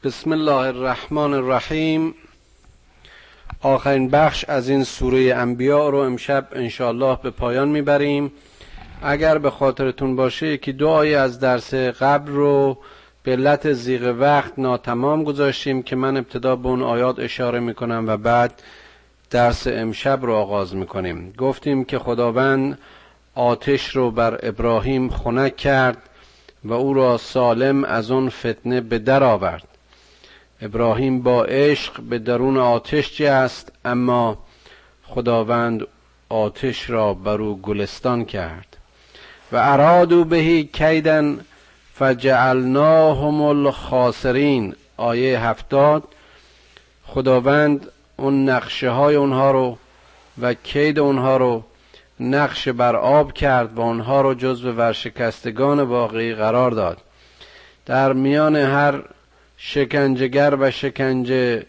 بسم الله الرحمن الرحیم. آخرین بخش از این سوره انبیاء رو امشب انشاءالله به پایان میبریم. اگر به خاطرتون باشه یکی دو آیه از درس قبل رو به علت ضیق وقت ناتمام گذاشتیم که من ابتدا به اون آیات اشاره میکنم و بعد درس امشب رو آغاز میکنیم. گفتیم که خداوند آتش رو بر ابراهیم خنک کرد و او را سالم از اون فتنه به در آورد. ابراهیم با عشق به درون آتش جست، اما خداوند آتش را بر او گلستان کرد. و ارادوا به کیدا فجعلناهم الخاسرین. آیه 70. خداوند اون نقشه های اونها رو و کید اونها رو نقشه بر آب کرد و اونها رو جزو ورشکستگان واقعی قرار داد. در میان هر شکنجهگر و شکنجه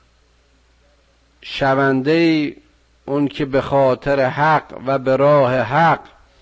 شونده اون که به خاطر حق و به راه حق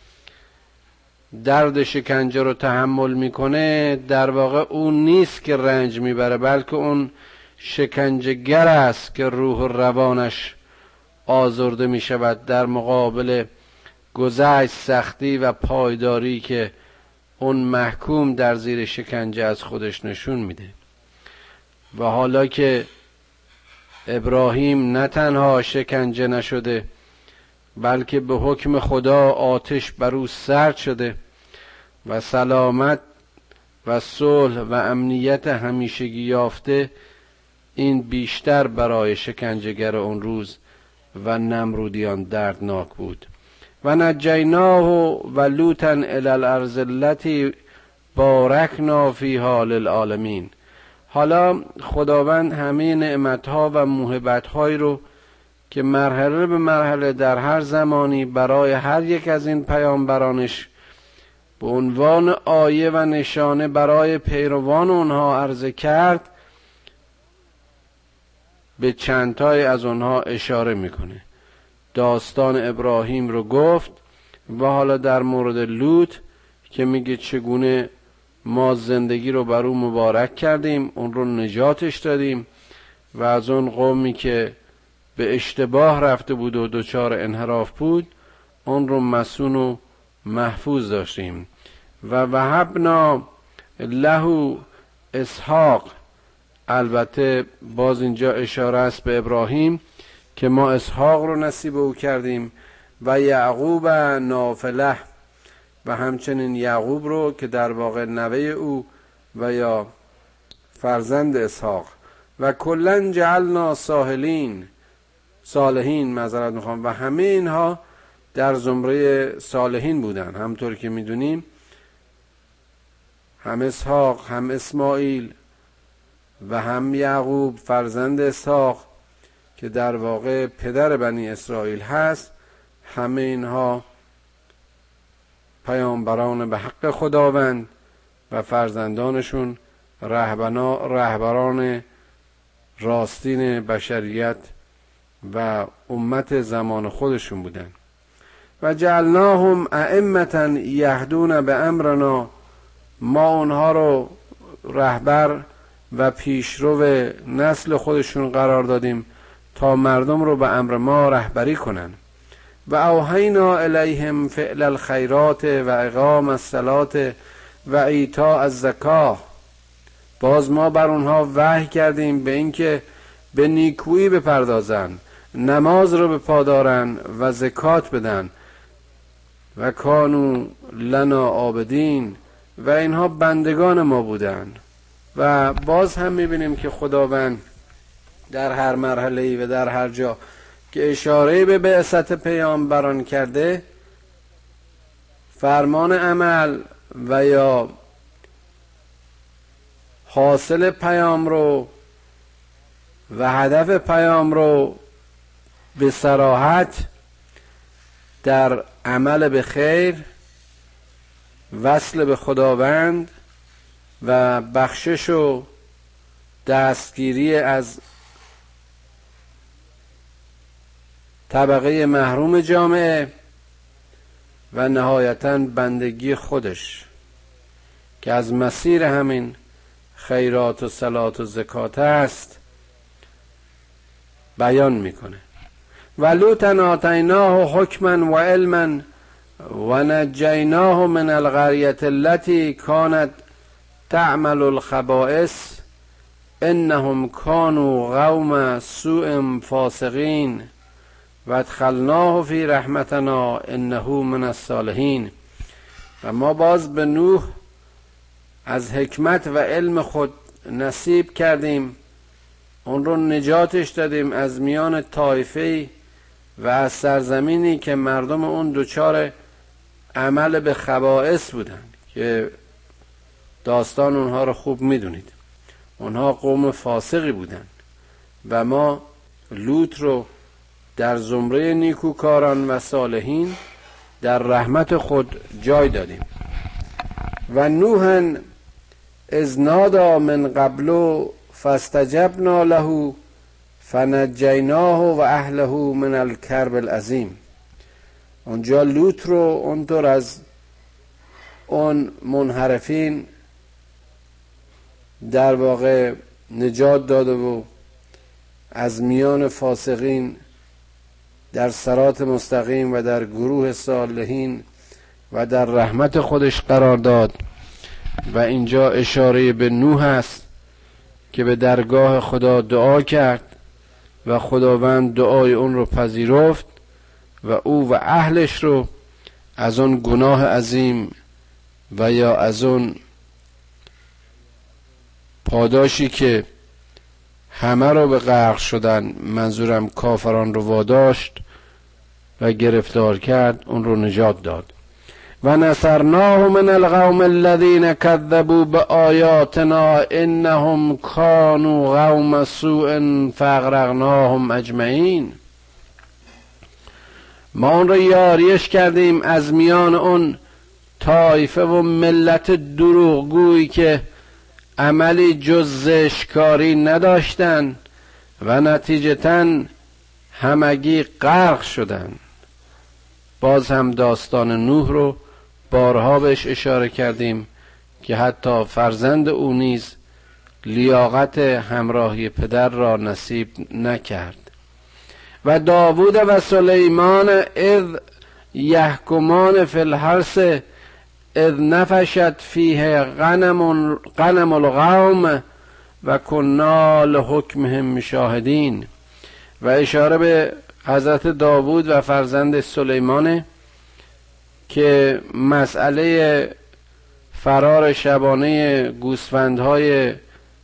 درد شکنجه رو تحمل میکنه، در واقع اون نیست که رنج میبره، بلکه اون شکنجهگر است که روح و روانش آزرده میشود در مقابل گذشت، سختی و پایداری که اون محکوم در زیر شکنجه از خودش نشون میده. و حالا که ابراهیم نه تنها شکنجه نشده بلکه به حکم خدا آتش بر او سرد شده و سلامت و صلح و امنیت همیشگی یافته، این بیشتر برای شکنجهگر اون روز و نمرودیان دردناک بود. و نجیناه و لوطا الی الارض التي بارکنا فیها للعالمین. حالا خداوند همه نعمتها و موهبتهایی رو که مرحله به مرحله در هر زمانی برای هر یک از این پیامبرانش به عنوان آیه و نشانه برای پیروان اونها عرضه کرد، به چندتای از اونها اشاره میکنه. داستان ابراهیم رو گفت و حالا در مورد لوط که میگه چگونه ما زندگی رو بر او مبارک کردیم، اون رو نجاتش دادیم و از اون قومی که به اشتباه رفته بود و دچار انحراف بود اون رو مصون و محفوظ داشتیم. و وهبنا له اسحاق. البته باز اینجا اشاره است به ابراهیم که ما اسحاق رو نصیب او کردیم و یعقوب نافله، و همچنین یعقوب رو که در واقع نوه او و یا فرزند اسحاق. و کلن جعلنا صالحین معذرت میخوام، و همه اینها در زمره صالحین بودن. همطور که میدونیم هم اسحاق هم اسماعیل و هم یعقوب فرزند اسحاق که در واقع پدر بنی اسرائیل هست، همه اینها پیامبران به حق خداوند و فرزندانشون رهبران راستین بشریت و امت زمان خودشون بودن. و جعلناهم ائمة یهدون بامرنا. ما اونها رو رهبر و پیشرو نسل خودشون قرار دادیم تا مردم رو به امر ما رهبری کنن. و اوحینا الیهم فعل الخیرات و اقام الصلاة و ایتاء الزکاه. باز ما بر اونها وحی کردیم به اینکه به نیکویی بپردازن، نماز رو به پا دارن و زکات بدن. و کانوا لنا عابدین. و اینها بندگان ما بودن. و باز هم میبینیم که خداوند در هر مرحله‌ای و در هر جا که اشاره به بعثت پیامبران کرده، فرمان عمل و یا حاصل پیام رو و هدف پیام رو به صراحت در عمل به خیر، وصل به خداوند و بخشش و دستگیری از طبقه محروم جامعه و نهایتاً بندگی خودش که از مسیر همین خیرات و صلات و زکات است بیان میکنه. و لوطا آتیناه حکما و علما و نجیناه من القریة التي كانت تعمل الخبائث انهم كانوا قوم سوء فاسقین و ادخلناه فی رحمتنا انه من الصالحین. و ما باز به نوح از حکمت و علم خود نصیب کردیم، اون رو نجاتش دادیم از میان طایفه‌ای و از سرزمینی که مردم اون دچار عمل به خبائث بودن که داستان اونها رو خوب میدونید. اونها قوم فاسقی بودن و ما لوط رو در زمره نیکوکاران و صالحین در رحمت خود جای دادیم. و نوحا اذ نادی من قبل فاستجبنا له فنجیناه و اهله من الکرب العظیم. اونجا لوط رو اونطور از اون منحرفین در واقع نجات داده و از میان فاسقین در صراط مستقیم و در گروه صالحین و در رحمت خودش قرار داد. و اینجا اشاره به نوح است که به درگاه خدا دعا کرد و خداوند دعای اون رو پذیرفت و او و اهلش رو از اون گناه عظیم و یا از اون پاداشی که همه رو به غرق شدن، منظورم کافران رو واداشت و گرفتار کرد، اون رو نجات داد. و نصرناه من القوم الذين كذبوا بآیاتنا انهم كانوا قوم سوء فاغرقناهم اجمعین. ما اون رو یاریش کردیم از میان اون طایفه و ملت دروغگویی که عملی جز زشتکاری نداشتن و نتیجتاً همگی غرق شدن. باز هم داستان نوح رو بارها بهش اشاره کردیم که حتی فرزند او نیز لیاقت همراهی پدر را نصیب نکرد. و داوود و سلیمان اذ یحکمان فی الحرث اذ نفشت فیه غنم القوم و کنا لحکمهم شاهدین. و اشاره به حضرت داوود و فرزند سلیمانه که مسئله فرار شبانه گوسفندهای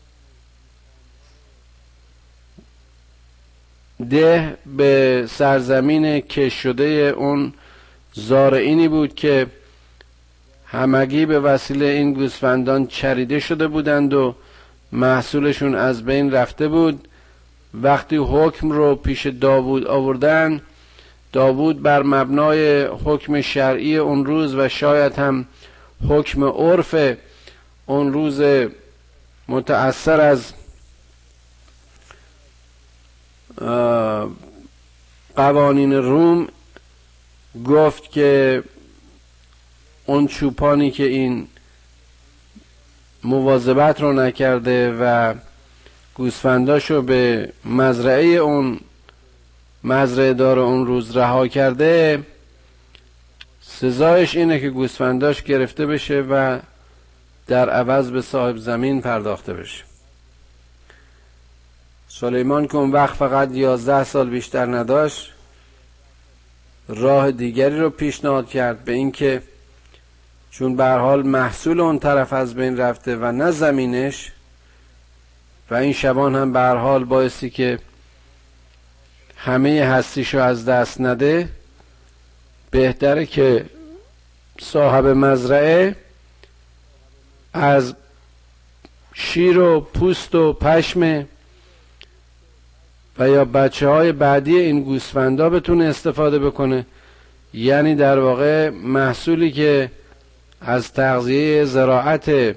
ده به سرزمین کش شده اون زارعینی بود که همگی به وسیله این گوسفندان چریده شده بودند و محصولشون از بین رفته بود. وقتی حکم رو پیش داوود آوردن، داوود بر مبنای حکم شرعی اون روز و شاید هم حکم عرف اون روز متأثر از قوانین روم گفت که اون چوپانی که این مواظبت رو نکرده و گوسفنداشو به مزرعه دار اون روز رها کرده، سزایش اینه که گوسفنداش گرفته بشه و در عوض به صاحب زمین پرداخته بشه. سلیمان که اون وقت فقط 11 سال بیشتر نداشت، راه دیگری رو پیشنهاد کرد، به این که چون به هر حال محصول اون طرف از بین رفته و نه زمینش و این شبان هم به هر حال بایستی که همه هستیشو از دست نده، بهتره که صاحب مزرعه از شیر و پوست و پشم و یا بچه های بعدی این گوسفندا بتونه استفاده بکنه. یعنی در واقع محصولی که از تغذیه زراعت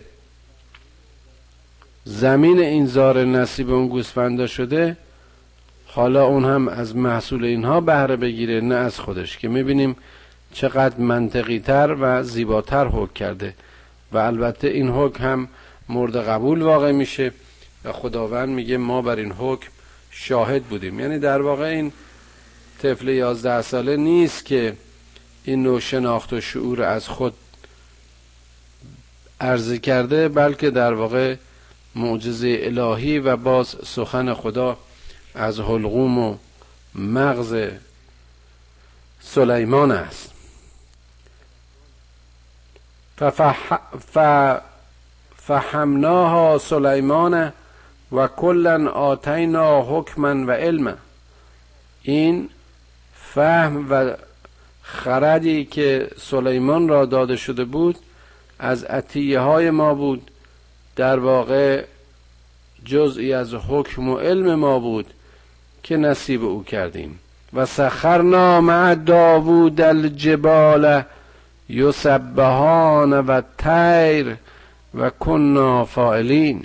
زمین این زار نصیب اون گوسفندا شده، حالا اون هم از محصول اینها بهره بگیره، نه از خودش، که میبینیم چقدر منطقی تر و زیباتر حکم کرده. و البته این حکم هم مورد قبول واقع میشه و خداوند میگه ما بر این حکم شاهد بودیم. یعنی در واقع این طفل 11 ساله نیست که این نوع شناخت و شعور از خود عرضه کرده، بلکه در واقع معجزه الهی و باز سخن خدا از حلقوم و مغز سلیمان است. فهمناها سلیمان و کلا آتینا حکما و علما. این فهم و خردی که سلیمان را داده شده بود از عطیه های ما بود، در واقع جزئی از حکم و علم ما بود که نصیب او کردیم. و سخرنا مع داوود الجبال یسبحان و الطیر و کنا فاعلین.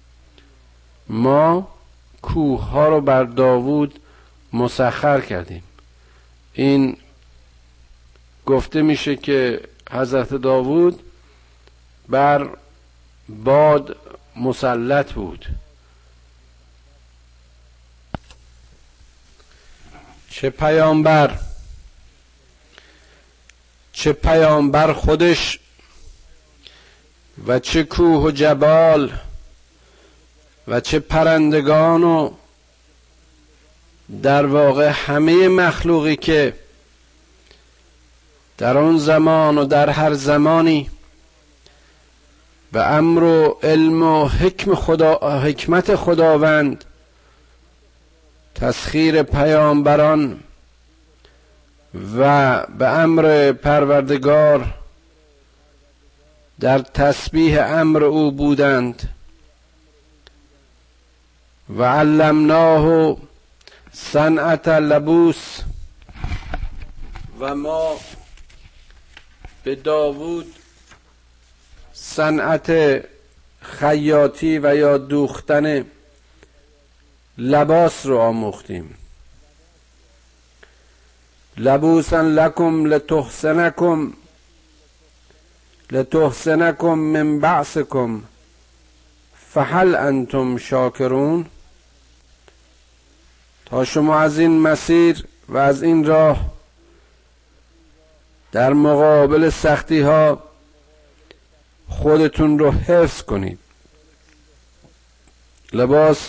ما کوه ها رو بر داوود مسخر کردیم. این گفته میشه که حضرت داوود بر باد مسلط بود. چه پیامبر خودش و چه کوه و جبال و چه پرندگان و در واقع همه مخلوقی که در آن زمان و در هر زمانی به امر و علم و حکمت خداوند تسخیر پیامبران و به امر پروردگار در تسبیح امر او بودند. و علمناه صنعت لبوس. و ما به داوود صنعت خیاطی و یا دوختن لباس رو آموختیم. لبوسا لکم لتحسنکم من بعثکم فهل انتم شاکرون. تا شما از این مسیر و از این راه در مقابل سختی ها خودتون رو حفظ کنید. لباس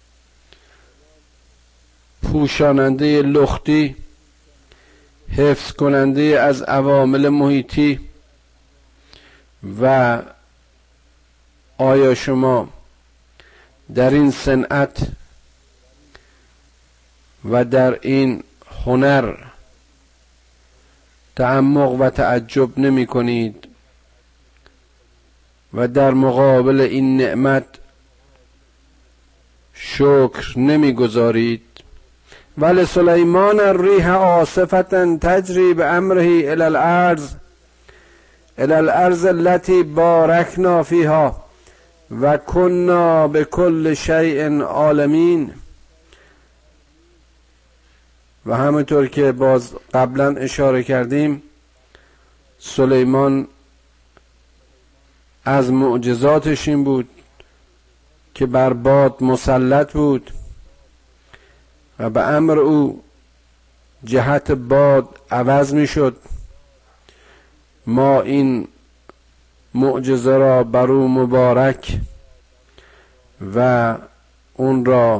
پوشاننده لختی، حفظ کننده از عوامل محیطی. و آیا شما در این صنعت و در این هنر تعمق و تعجب نمی کنید و در مقابل این نعمت شکر نمی گذارید؟ ولی سلیمان الریح عاصفة تجری بأمره الى الارض التي بارکنا فیها و کنا بكل شیء عالمین. و همونطور که باز قبلا اشاره کردیم، سلیمان از معجزاتش این بود که بر باد مسلط بود و به امر او جهت باد عوض می شد. ما این معجزه را بر او مبارک و اون را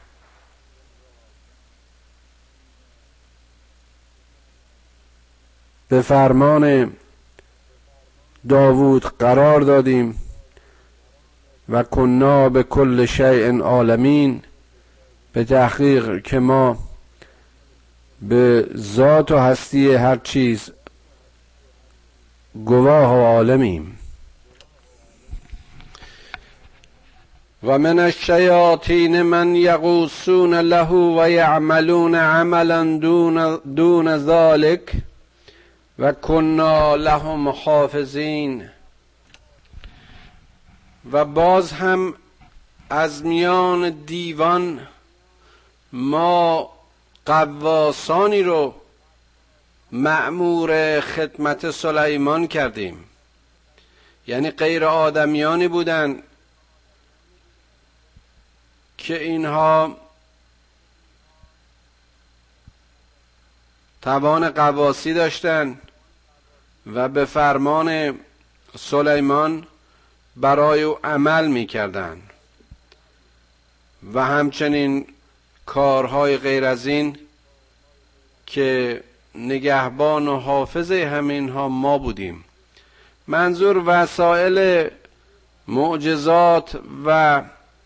به فرمان داوود قرار دادیم. و کنا به کل شیء عالمین، به تحقیق که ما به ذات و هستی هر چیز گواه و عالمیم. و من الشیاطین من یغوصون له و یعملون عملا دون ذلك و کنا لهم حافظین. و باز هم از میان دیوان ما غواصانی رو مأمور خدمت سلیمان کردیم یعنی غیر آدمیانی بودند که اینها توان غواصی داشتند و به فرمان سلیمان برای او عمل می‌کردند و همچنین کارهای غیر از این که نگهبان و حافظ همینها ما بودیم. منظور وسایل معجزات و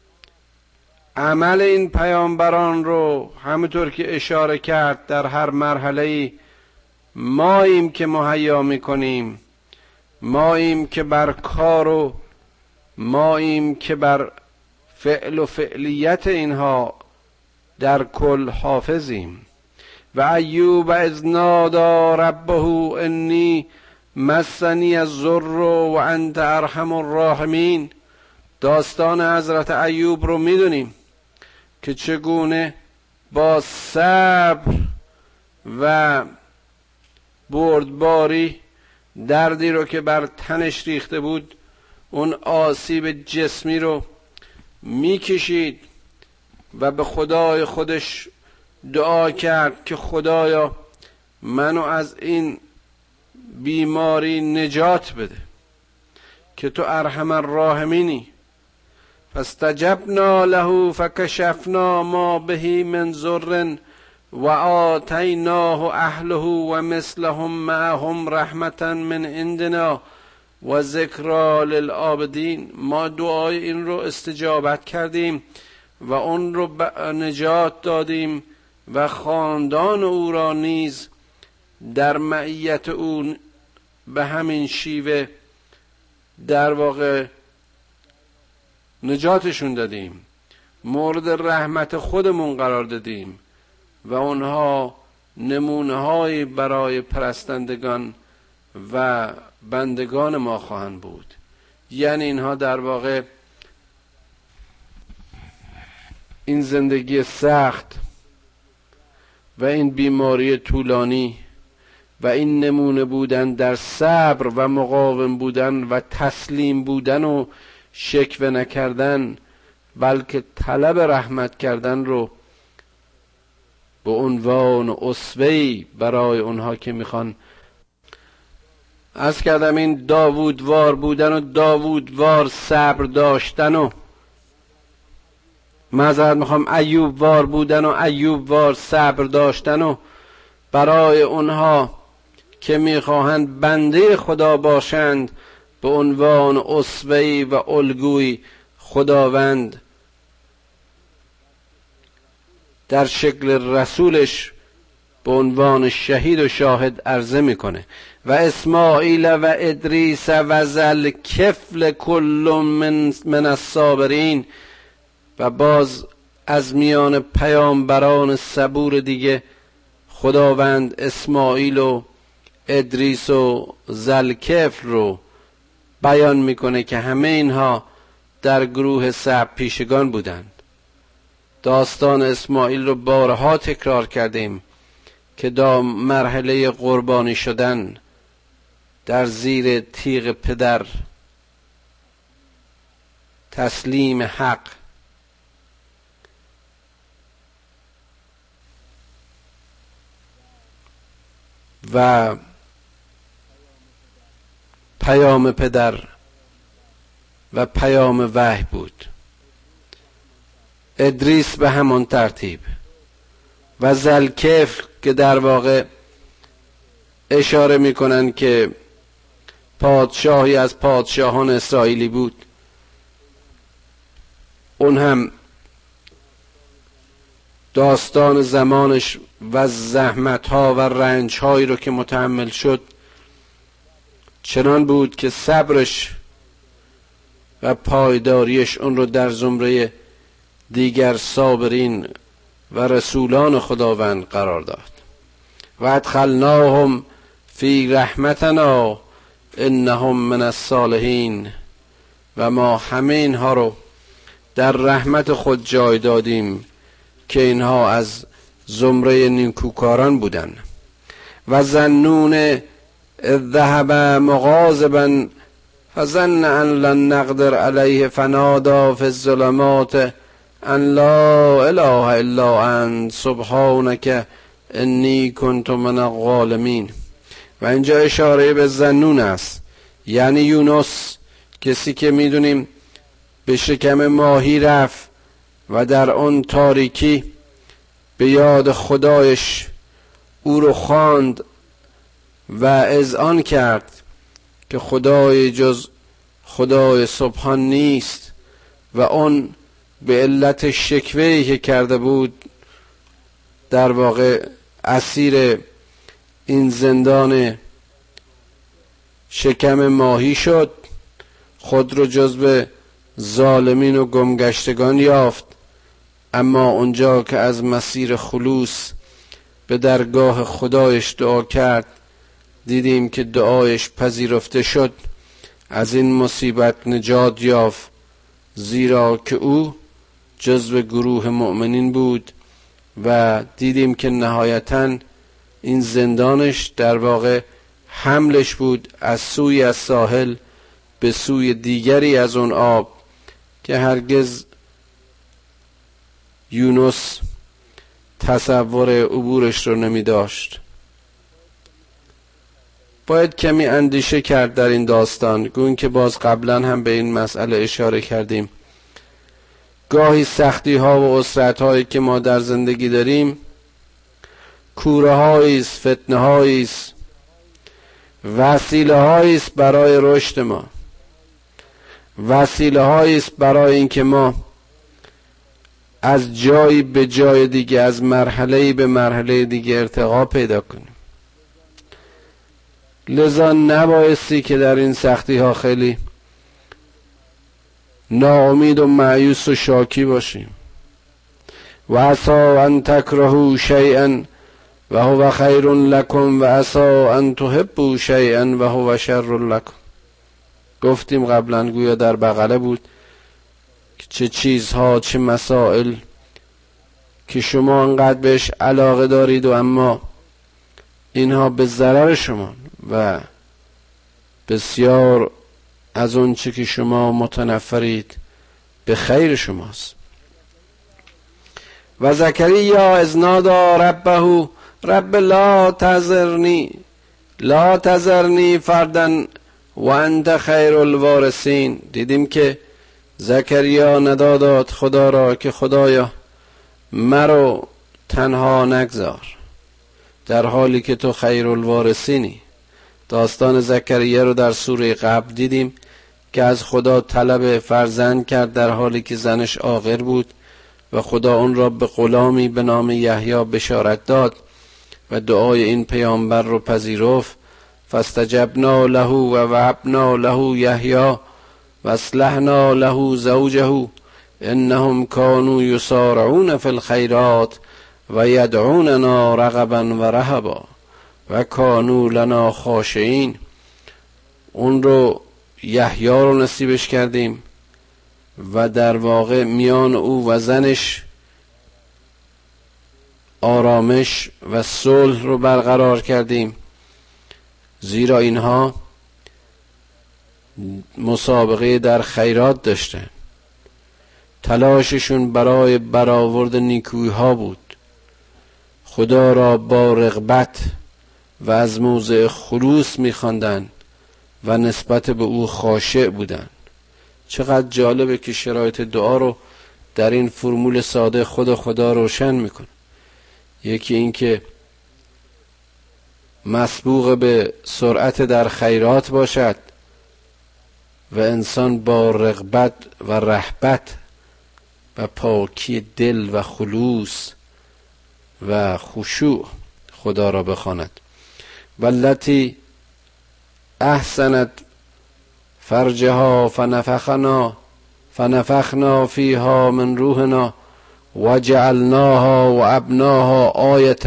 عمل این پیامبران رو همونطور که اشاره کرد در هر مرحله‌ای ماییم که مهیا می‌کنیم، ماییم که بر کار و ماییم که بر فعل و فعلیت اینها در کل حافظیم. و ایوب اذ نادی ربه انی مسنی الضر و انت ارحم الراحمین. داستان حضرت ایوب رو میدونیم که چگونه با صبر و بردباری دردی رو که بر تنش ریخته بود، اون آسیب جسمی رو میکشید و به خدای خودش دعا کرد که خدایا منو از این بیماری نجات بده که تو ارحم الراحمینی. فاستجبنا له فکشفنا ما به من ضر و آتیناه اهله و مثلهم معهم رحمتا من عندنا و ذکری للعابدین. ما دعای این رو استجابت کردیم و اون رو نجات دادیم و خاندان او را نیز در معیت او به همین شیوه در واقع نجاتشون دادیم، مورد رحمت خودمون قرار دادیم و اونها نمونه‌هایی برای پرستندگان و بندگان ما خواهند بود. یعنی اینها در واقع این زندگی سخت و این بیماری طولانی و این نمونه بودن در صبر و مقاوم بودن و تسلیم بودن و شکوه نکردن بلکه طلب رحمت کردن رو به عنوان اسوه‌ای برای اونها که میخوان. عرض کردم این داوودوار بودن و داوودوار صبر داشتن و معذرت میخوام ایوب وار بودن و ایوب وار صبر داشتن و برای اونها که میخواهند بنده خدا باشند به عنوان اسوه‌ای و الگوی خداوند در شکل رسولش به عنوان شهید و شاهد عرضه میکنه. و اسماعیل و ادریس و ذوالکفل کل من الصابرین. و باز از میان پیامبران صبور دیگه خداوند اسماعیل و ادریس و ذوالکفل رو بیان میکنه که همه اینها در گروه صبر پیشگان بودند. داستان اسماعیل رو بارها تکرار کردیم که در مرحله قربانی شدن در زیر تیغ پدر، تسلیم حق و پیام پدر و پیام وحی بود. ادریس به همان ترتیب و ذوالکفل که در واقع اشاره میکنن که پادشاهی از پادشاهان اسرائیلی بود، اون هم داستان زمانش و زحمت‌ها و رنج‌هایی رو که متحمل شد چنان بود که صبرش و پایداریش اون رو در زمره دیگر صابرین و رسولان خداوند قرار داد. و ادخلناهم فی رحمتنا انهم من الصالحین. و ما همه اینها رو در رحمت خود جای دادیم که اینها از زمره نیکوکاران بودند. و ذنون ذهب مغاضبا فظن ان لن نقدر علیه فنادی فی الظلمات ان لا اله الا انت سبحانک انی کنت من الظالمین. و اینجا اشاره به ذنون است، یعنی یونس، کسی که میدونیم به شکم ماهی رفت و در آن تاریکی به یاد خدایش او رو خواند و اذعان کرد که خدای جز خدای سبحان نیست، و اون به علت شکوه‌ای که کرده بود در واقع اسیر این زندان شکم ماهی شد، خود رو جزو ظالمین و گمگشتگان یافت. اما اونجا که از مسیر خلوص به درگاه خدایش دعا کرد، دیدیم که دعایش پذیرفته شد، از این مصیبت نجات یافت، زیرا که او جزو گروه مؤمنین بود. و دیدیم که نهایتاً این زندانش در واقع حملش بود از سوی از ساحل به سوی دیگری از اون آب که هرگز یونس تصور عبورش رو نمی داشت. باید کمی اندیشه کرد در این داستان، گویی که باز قبلا هم به این مسئله اشاره کردیم. گاهی سختی ها و عسرت هایی که ما در زندگی داریم کوره هایی است، فتنه هایی است، وسیله هایی است برای رشد ما، وسیله هایی است برای اینکه ما از جایی به جای دیگه، از مرحله‌ای به مرحله دیگه ارتقا پیدا کنیم. لذا نبایستی که در این سختی ها خیلی ناامید و مایوس و شاکی باشیم. و عسى ان تکرهوا شیئا و هو خیر لکم و عسى ان تحبوا شیئا و هو شر لکم. گفتیم قبلا، گویا در بغله بود، که چه چیزها، چه مسائل که شما انقدر بهش علاقه دارید و اما اینها به ضرر شما و بسیار از اون چه که شما متنفرید به خیر شماست. و زکریا اذ نادی ربه رب لا تذرنی فردا و انت خیر الوارثین. دیدیم که زکریا ندا داد خدا را که خدایا مرا تنها نگذار در حالی که تو خیر الوارثینی. داستان زکریا رو در سوره قبل دیدیم که از خدا طلب فرزند کرد در حالی که زنش عاقر بود و خدا اون را به غلامی به نام یحیی بشارت داد و دعای این پیامبر رو پذیرفت. فاستجبنا له و وهبنا له یحیی و اصلحنا له زوجه انهم كانوا یسارعون فی الخیرات و یدعوننا رغبا و رهبا و كانوا لنا خاشعین. اون رو یحیی رو نصیبش کردیم و در واقع میان او و زنش آرامش و صلح رو برقرار کردیم، زیرا اینها مسابقه در خیرات داشتن. تلاششون برای برآورد نیکویی ها بود، خدا را با رغبت و از موضع خلوص می‌خواندند و نسبت به او خاشع بودند. چقدر جالبه که شرایط دعا رو در این فرمول ساده خدا روشن میکنه. یکی این که مسبوق به سرعت در خیرات باشد و انسان با رغبت و رهبت و پاکی دل و خلوص و خشوع خدا را بخواند. والتی احسنت فرجها فنفخنا فیها من روحنا وجعلناها و ابناها آیة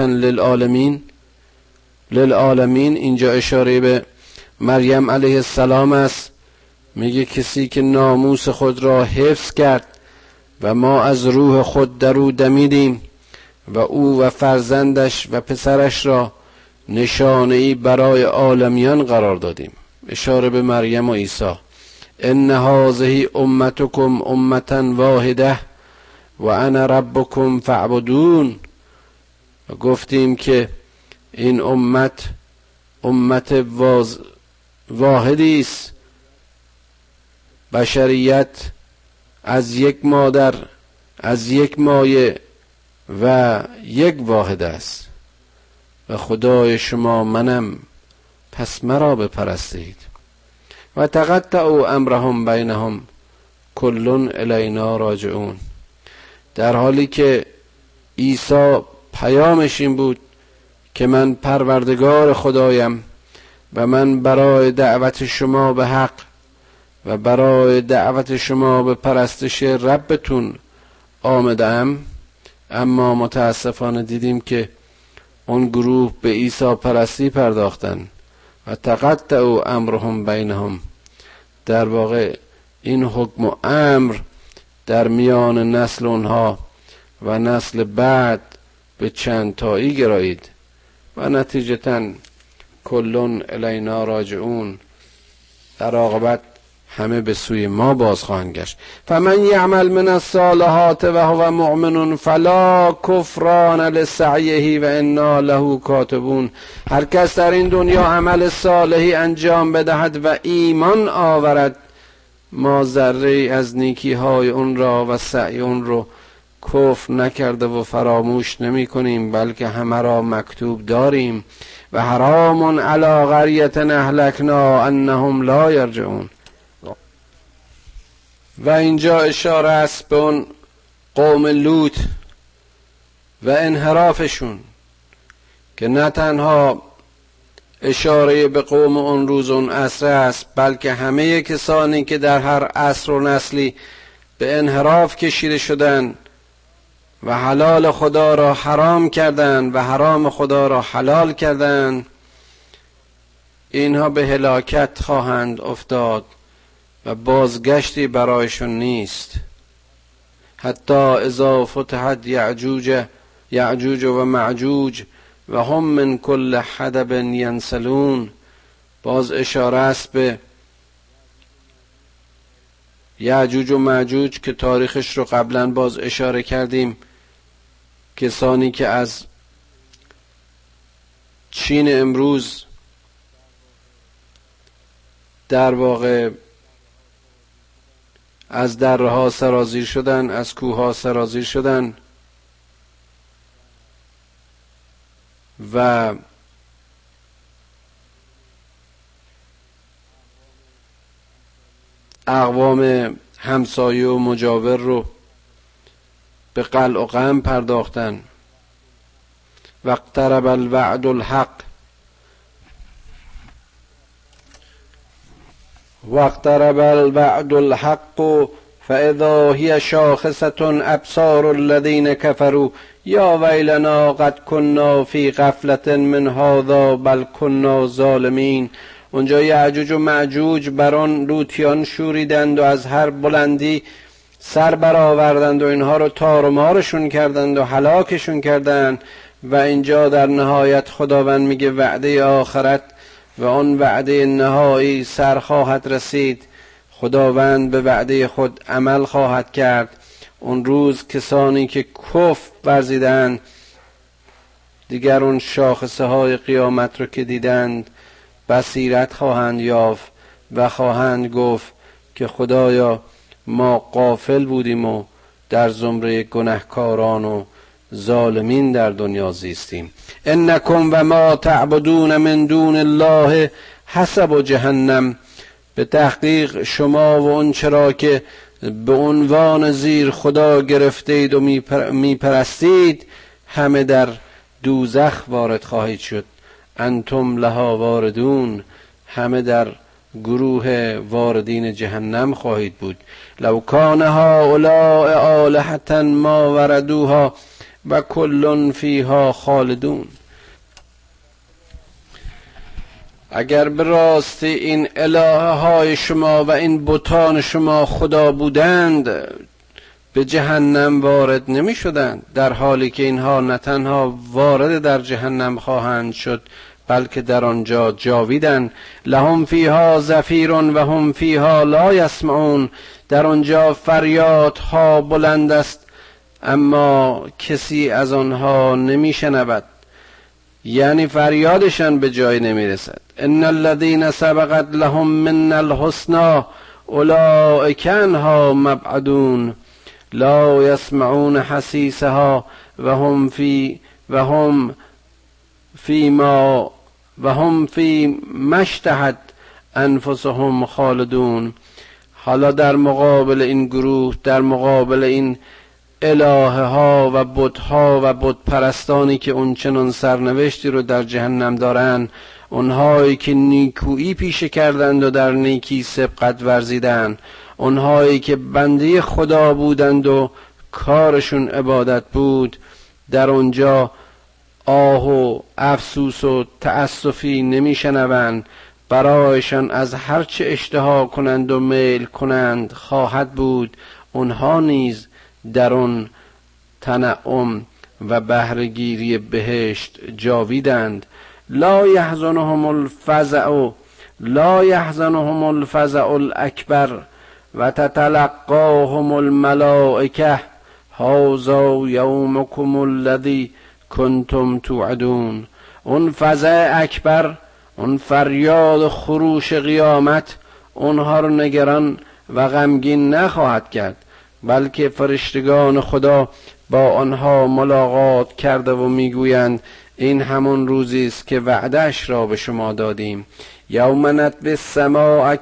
للعالمین. اینجا اشاره به مریم علیه السلام است. میگه کسی که ناموس خود را حفظ کرد و ما از روح خود در او دمیدیم و او و فرزندش و پسرش را نشانه‌ای برای عالمیان قرار دادیم. اشاره به مریم و عیسی. ان هذه امتکم امة واحده و انا ربکم فاعبدون. گفتیم که این امت واحدی است. بشریت از یک مادر، از یک مایه و یک واحد است و خدای شما منم، پس مرا بپرستید. و تقطعوا امرهم بینهم کل الینا راجعون. در حالی که عیسی پیامش این بود که من پروردگار خدایم و من برای دعوت شما به حق و برای دعوت شما به پرستش ربتون آمدم، اما متاسفانه دیدیم که اون گروه به عیسی پرستی پرداختن و تقطعوا امرهم بینهم. در واقع این حکم و امر در میان نسل اونها و نسل بعد به چند تایی گرایید و نتیجتاً کلون الینا راجعون، در عاقبت همه به سوی ما باز خواهند گشت. فمن یعمل من الصالحات و هو مؤمن فلا کفران لسعیه و انا له کاتبون. هر کس در این دنیا عمل صالحی انجام بدهد و ایمان آورد، ما ذره از نیکی های اون را و سعی اون رو کفر نکرده و فراموش نمی کنیم، بلکه همه را مکتوب داریم. و حرام علی قریة اهلکنا انهم لا یرجعون. و اینجا اشاره است به اون قوم لوط و انحرافشون که نه تنها اشاره به قوم اون روز اون عصر است، بلکه همه کسانی که در هر عصر و نسلی به انحراف کشیده شدن و حلال خدا را حرام کردند و حرام خدا را حلال کردند، اینها به هلاکت خواهند افتاد و بازگشتی برایشون نیست. حتی اذا فتحت یعجوج و معجوج و هم من کل حدب ینسلون. باز اشاره است به یعجوج و معجوج که تاریخش رو قبلا باز اشاره کردیم. کسانی که از چین امروز در واقع از درها سرازیر شدن، از کوهها سرازیر شدن و اقوام همسایه و مجاور رو به قلع و قم پرداختن. واقترب الوعد الحق واقترب الوعد الحق فاذا هي شاخصة ابصار الذين كفروا یا ویلنا قد كنا في غفلة من هذا بل كنا ظالمین. اونجا یعجوج و معجوج بر آن لوطیان شوریدند و از هر بلندی سر برآوردند و اینها رو تار و مارشون کردند و هلاکشون کردند. و اینجا در نهایت خداوند میگه وعده آخرت و آن وعده نهایی سر خواهد رسید. خداوند به وعده خود عمل خواهد کرد. اون روز کسانی که کفر ورزیدند دیگر اون شاخصه های قیامت رو که دیدند بصیرت خواهند یافت و خواهند گفت که خدایا ما غافل بودیم و در زمره گنهکاران و ظالمین در دنیا زیستیم. انکم و ما تعبدون من دون الله حسب جهنم. به تحقیق شما و اون چرا که به عنوان زیر خدا گرفتید و میپرستید همه در دوزخ وارد خواهید شد. انتم لها واردون. همه در گروه واردین جهنم خواهید بود. لو کان هؤلاء آلهة ما وردوها و کل فیها خالدون. اگر به راستی این الهه های شما و این بتان شما خدا بودند به جهنم وارد نمی شدند، در حالی که اینها نه تنها وارد در جهنم خواهند شد بلکه در آنجا جاویدند. لهم فیها زفیر و هم فیها لا یسمعون، در آنجا فریادها بلند است اما کسی از آنها نمیشنود، یعنی فریادشان به جای نمیرسد. ان الذين سبقت لهم من الحسنى اولئک عنها مبعدون لا يسمعون حسیسها و هم فی ما اشتهت انفسهم خالدون. حالا در مقابل این گروه، در مقابل این الهه ها و بت ها و بت پرستانی که اون چنان سرنوشتی رو در جهنم دارن، اونهایی که نیکویی پیشه کردند و در نیکی سبقت ورزیدند، اونهایی که بنده خدا بودند و کارشون عبادت بود، در اونجا آه و افسوس و تأسفی نمیشنوند. برایشان از هرچه اشتها کنند و میل کنند خواهد بود. اونها نیز در اون تنعم و بهره‌گیری بهشت جاویدند. لا یحزنهم الفزع الاکبر و تتلقاهم الملائکه هذا یومکم الذی کنتم توعدون. اون فزع اکبر، اون فریاد خروش قیامت اونها رو نگران و غمگین نخواهد کرد، بلکه فرشتگان خدا با آنها ملاقات کرده و میگویند این همون روزی است که وعده‌اش را به شما دادیم. یوم نطوی السماء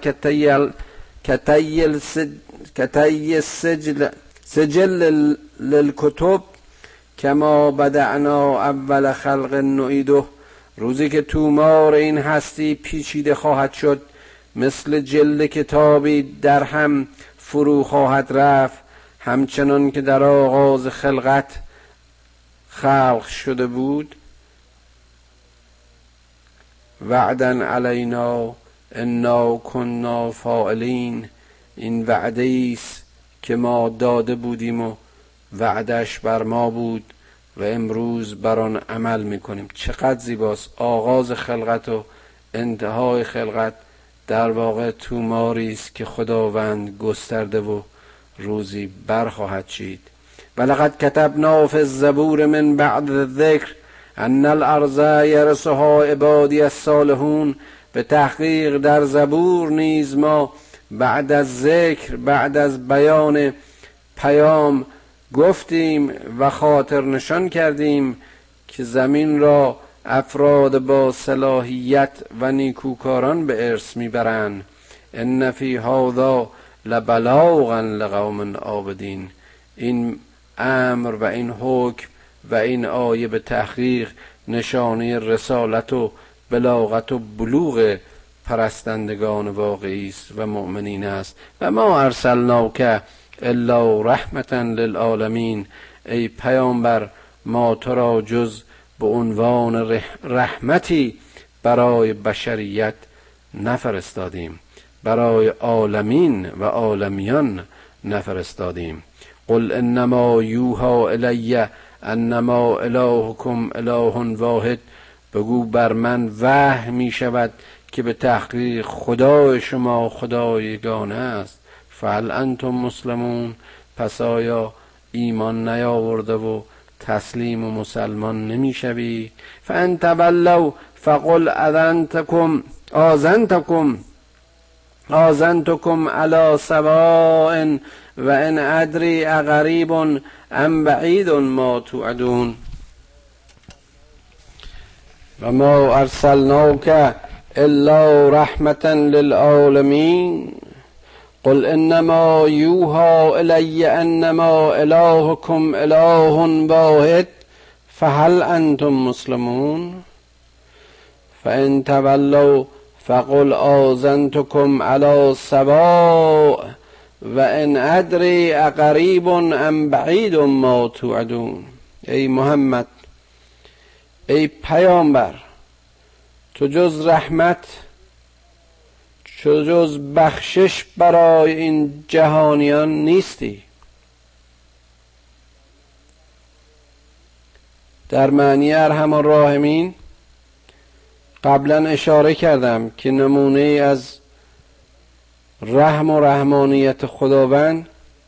کطی سجل للکتب کما بدعنا اول خلق نعیده. روزی که تومار این هستی پیچیده خواهد شد، مثل جلد کتابی در هم فرو خواهد رفت، همچنان که در آغاز خلقت خلق شده بود. وعدن علینا انا کنا فاعلین. این وعده است که ما داده بودیم و وعدش بر ما بود و امروز بر آن عمل میکنیم. چقدر زیباست! آغاز خلقت و انتهای خلقت در واقع توماری است که خداوند گسترده و روزی برخواهد چید. ولقد کتبنا فی الزبور من بعد الذکر ان الارض یرثها عبادی الصالحون. به تحقیق در زبور نیز ما بعد از ذکر، بعد از بیان پیام گفتیم و خاطر نشان کردیم که زمین را افراد با صلاحیت و نیکوکاران به ارث میبرند. ان فی هذا لبلاغا لقوم عابدین. این امر و این حکم و این آیه به تحقیق نشانه رسالت و بلاغت و بلوغ پرستندگان واقعی است و مؤمنین است. و ما ارسلناک الا رحمتا للعالمین. ای پیامبر، ما تو را جز به عنوان رحمتی برای بشریت نفرستادیم، برای عالمین و عالمیان نفرستادیم. قل انما یوحی الی انما الهکم اله واحد. بگو بر من وحی می شود که به تحقیق خدای شما خدای یگانه است. فهل انتم مسلمون. پس آیا ایمان نیاورده و تسلیم و مسلمان نمی شوی؟ فان تولوا فقل آذنتکم علی سواء و ان ادری اقریب ام بعید ما توعدون. و ما ارسلناک الا رحمتا للعالمین. قل انما یوحی الی انما الهکم اله واحد فهل انتم مسلمون. فان تولوا فقل آذنتکم علی سواء و ان ادری اقریب ام بعید ما توعدون. ای محمد، ای پیامبر، تو جز رحمت، تو جز بخشش برای این جهانیان نیستی. در معنی ارحم الراحمین قبلا اشاره کردم که نمونه از رحم و رحمانیت خداوند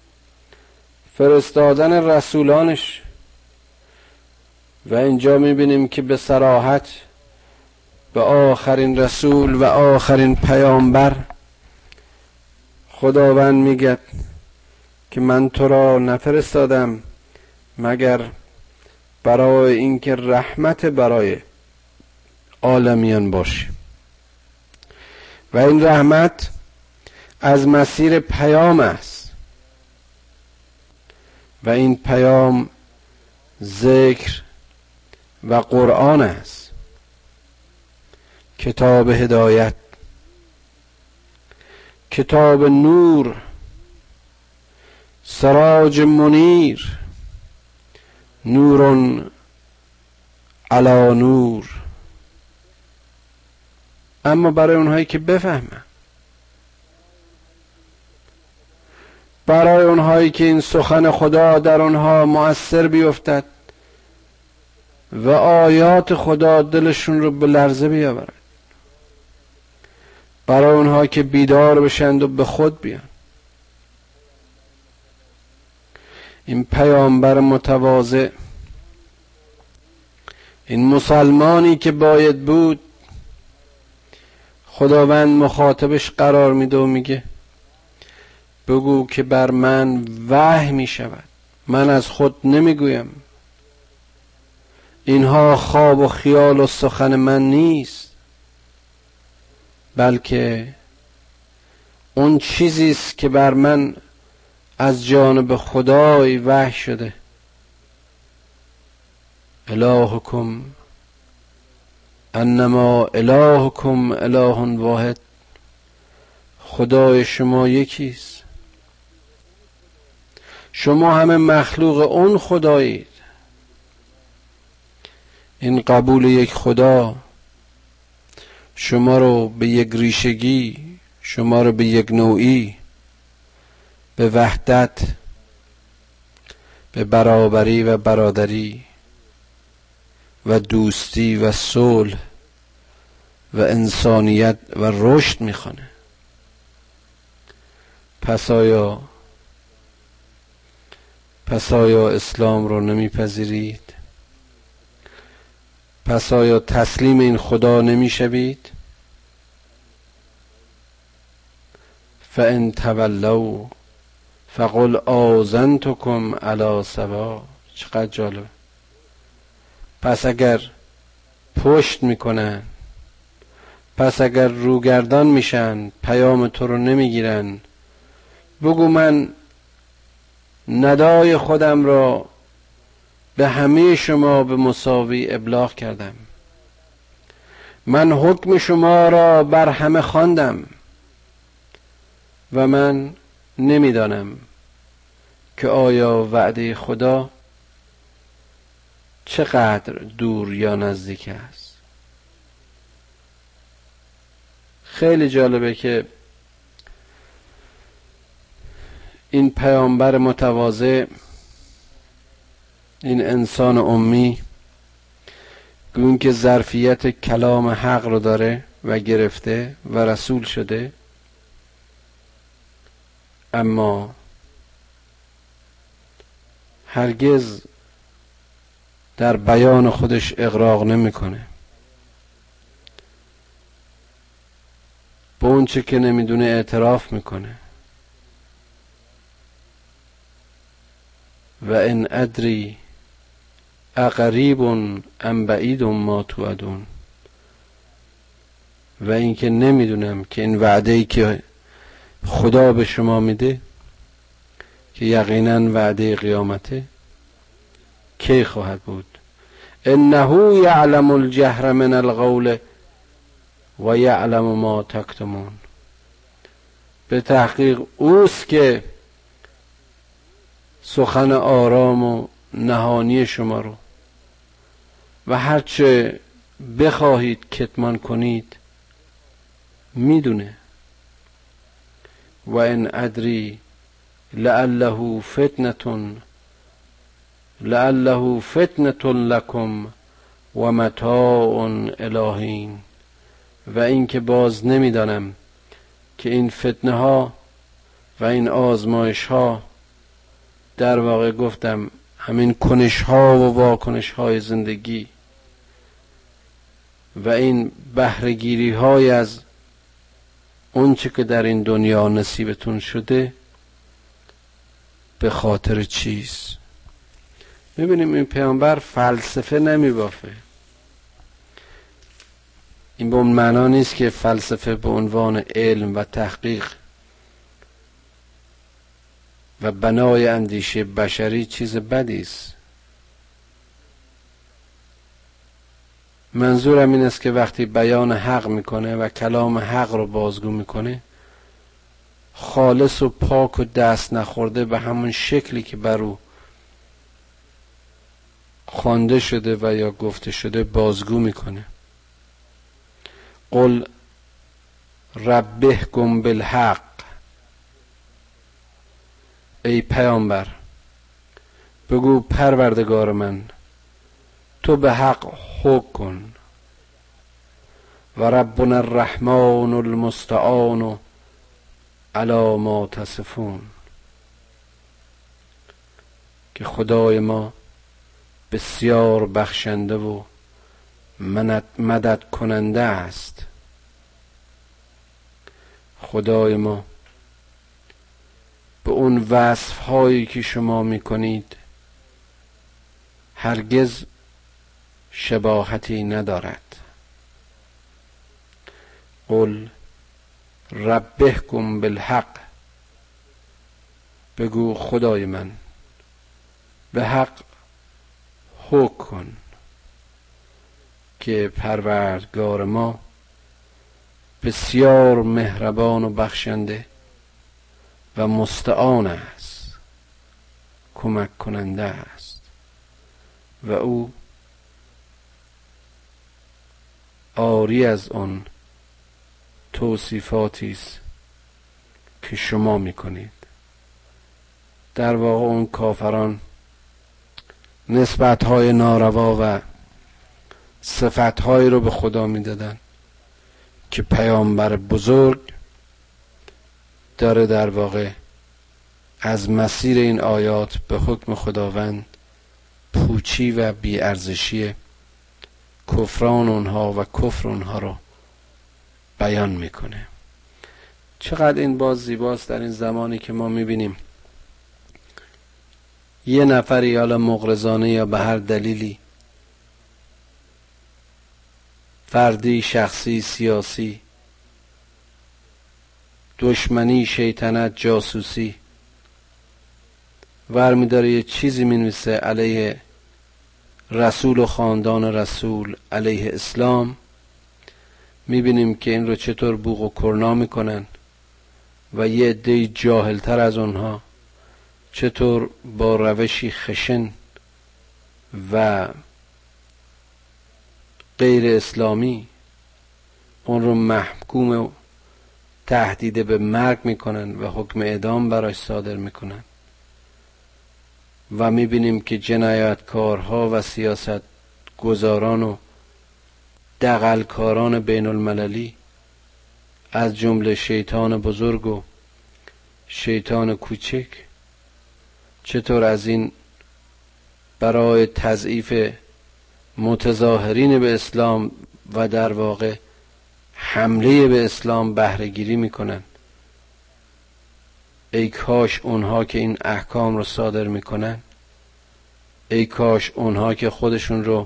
فرستادن رسولانش، و اینجا میبینیم که به صراحت به آخرین رسول و آخرین پیامبر خداوند میگه که من تو را نفرستادم مگر برای اینکه رحمت برای عالمیان باشی. و این رحمت از مسیر پیام است و این پیام ذکر و قرآن است، کتاب هدایت، کتاب نور، سراج منیر، نور علی نور. اما برای اونهایی که بفهمن، برای اونهایی که این سخن خدا در اونها مؤثر بیفتد و آیات خدا دلشون رو به لرزه بیاورد، برای اونها که بیدار بشند و به خود بیان. این پیامبر متواضع، این مسلمانی که باید بود، خداوند مخاطبش قرار میده و میگه بگو که بر من وحی می شود، من از خود نمیگویم، اینها خواب و خیال و سخن من نیست، بلکه اون چیزی است که بر من از جانب خدای وحی شده. الهکم انما الهکم اله واحد، خدای شما یکیست، شما همه مخلوق اون خدایید. این قبول یک خدا شما رو به یک ریشگی، شما رو به یک نوعی، به وحدت، به برابری و برادری و دوستی و صلح و انسانیت و رشد میخوانه. پس آیا اسلام رو نمیپذیرید؟ پس آیا تسلیم این خدا نمیشوید؟ فان تولوا فقل آذنتکم علی سوا. چقدر جالب. پس اگر پشت میکنن، پس اگر روگردان میشن، پیام تو رو نمیگیرن، بگو من ندای خودم را به همه شما به مساوی ابلاغ کردم، من حکم شما را بر همه خواندم و من نمیدانم که آیا وعده خدا چقدر دور یا نزدیک است. خیلی جالبه که این پیامبر متواضع، این انسان امی، گون که ظرفیت کلام حق رو داره و گرفته و رسول شده، اما هرگز در بیان خودش اغراق نمیکنه. به اون چه که نمیدونه اعتراف میکنه. و ان ادری اقریب ام بعید ما توعدون. و اینکه نمیدونم که این وعده‌ای که خدا به شما میده که یقینا وعده قیامته کی خواهد بود. انه یعلم الجهر من القول و یعلم ما تکتمون. به تحقیق اوست که سخن آرام و نهانی شما رو و هرچه بخواهید کتمان کنید میدونه. و ان ادری لعله فتنة لکم و متاع الی حین. و این که باز نمیدانم که این فتنه ها و این آزمایش ها در واقع گفتم همین کنش ها و واکنش های زندگی و این بهره‌گیری های از اون چه که در این دنیا نصیبتون شده به خاطر چیست. میبینیم این پیامبر فلسفه نمیبافه. این به اون معنا نیست که فلسفه به عنوان علم و تحقیق و بنای اندیشه بشری چیز بدی است. منظورم این است که وقتی بیان حق میکنه و کلام حق رو بازگو میکنه، خالص و پاک و دست نخورده به همون شکلی که بر او خوانده شده و یا گفته شده بازگو میکنه. قل ربحکم بالحق، ای پیامبر بگو پروردگار من تو به حق حکم کن. و ربنا الرحمن المستعان علی ما تصفون، که خدای ما بسیار بخشنده و مدد کننده است. خدای ما به اون وصف هایی که شما میکنید هرگز شباهتی ندارد. قل ربحکم بالحق، بگو خدای من به حق حکم کن که پروردگار ما بسیار مهربان و بخشنده و مستعان است، کمک کننده است و او عاری از آن توصیفاتی است که شما میکنید. در واقع اون کافران نسبت‌های ناروا و صفت‌هایی رو به خدا میدادن که پیامبر بزرگ داره در واقع از مسیر این آیات به حکم خداوند پوچی و بی‌ارزشی کفران اونها و کفر اونها رو بیان میکنه. چقدر این باز زیباست در این زمانی که ما میبینیم یه نفری حالا مغرضانه یا به هر دلیلی، فردی، شخصی، سیاسی، دشمنی، شیطنت، جاسوسی، ورمی داره یه چیزی مینویسه علیه رسول و خاندان رسول، علیه اسلام، میبینیم که این رو چطور بوق و کرنا میکنن و یه عده جاهلتر از اونها چطور با روشی خشن و غیر اسلامی اون رو محکوم و تهدید به مرگ میکنن و حکم اعدام براش صادر میکنن. و میبینیم که جنایتکارها و سیاست گزاران و دغلکاران بین المللی از جمله شیطان بزرگ و شیطان کوچک چطور از این برای تضعیف متظاهرین به اسلام و در واقع حمله به اسلام بهره گیری میکنن. ای کاش اونها که این احکام رو صادر میکنن، ای کاش اونها که خودشون رو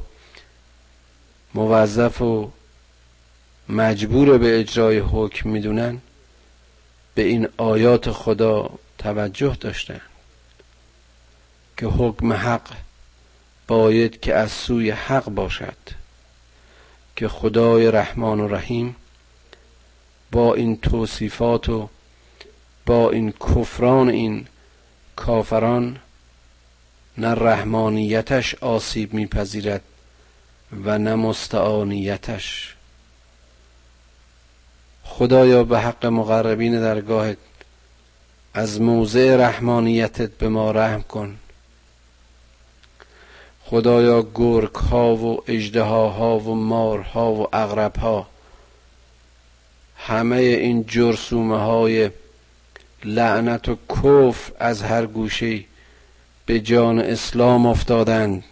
موظف و مجبور به اجرای حکم میدونن به این آیات خدا توجه داشتن که حکم حق باید که از سوی حق باشد، که خدای رحمان و رحیم با این توصیفات و با این کفران این کافران نه رحمانیتش آسیب میپذیرد و نه مستعانیتش. خدایا به حق مقربین درگاهت از موضع رحمانیتت به ما رحم کن. خدایا گرگ ها و اژدهاها و مارها و عقرب ها همه این جرثومه های لعنت و کفر از هر گوشه‌ای به جان اسلام افتادند.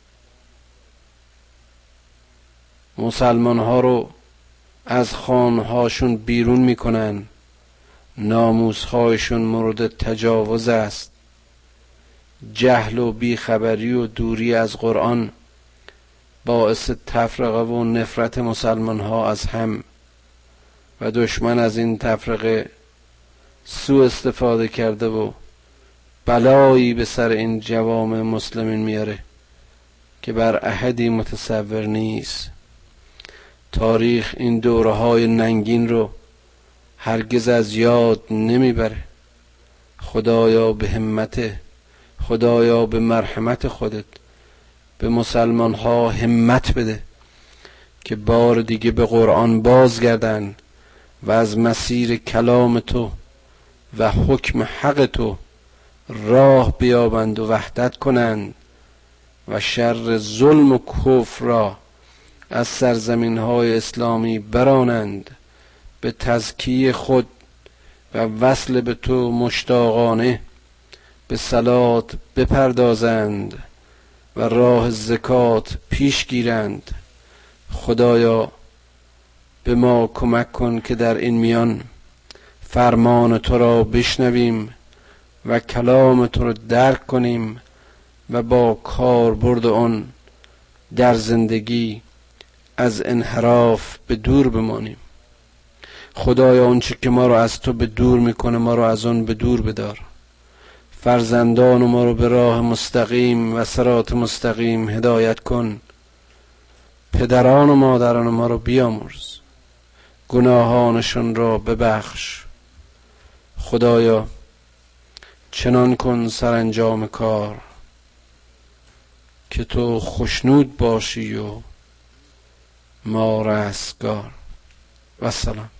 مسلمان ها رو از خانهاشون بیرون میکنن، ناموس هایشون مورد تجاوز است. جهل و بیخبری و دوری از قرآن باعث تفرقه و نفرت مسلمان ها از هم و دشمن از این تفرقه سوء استفاده کرده و بلایی به سر این جوامع مسلمین میاره که بر احدی متصور نیست. تاریخ این دوره های ننگین رو هرگز از یاد نمیبره. خدایا به همت، خدایا به مرحمت خودت به مسلمان ها همت بده که بار دیگه به قرآن بازگردن و از مسیر کلام تو و حکم حق تو راه بیابند و وحدت کنند و شر ظلم و کفر را از سرزمین های اسلامی برانند، به تزکیه خود و وصل به تو مشتاقانه به صلات بپردازند و راه زکات پیش گیرند. خدایا به ما کمک کن که در این میان فرمان تو را بشنویم و کلام تو را درک کنیم و با کاربرد آن در زندگی از انحراف به دور بمانیم. خدایا اونچه که ما رو از تو به دور میکنه ما رو از اون به دور بدار. فرزندان ما رو به راه مستقیم و صراط مستقیم هدایت کن. پدران و مادران ما رو بیامرز، گناهانشون را ببخش. خدایا چنان کن سرانجام کار که تو خوشنود باشی و ما رستگار. و سلام.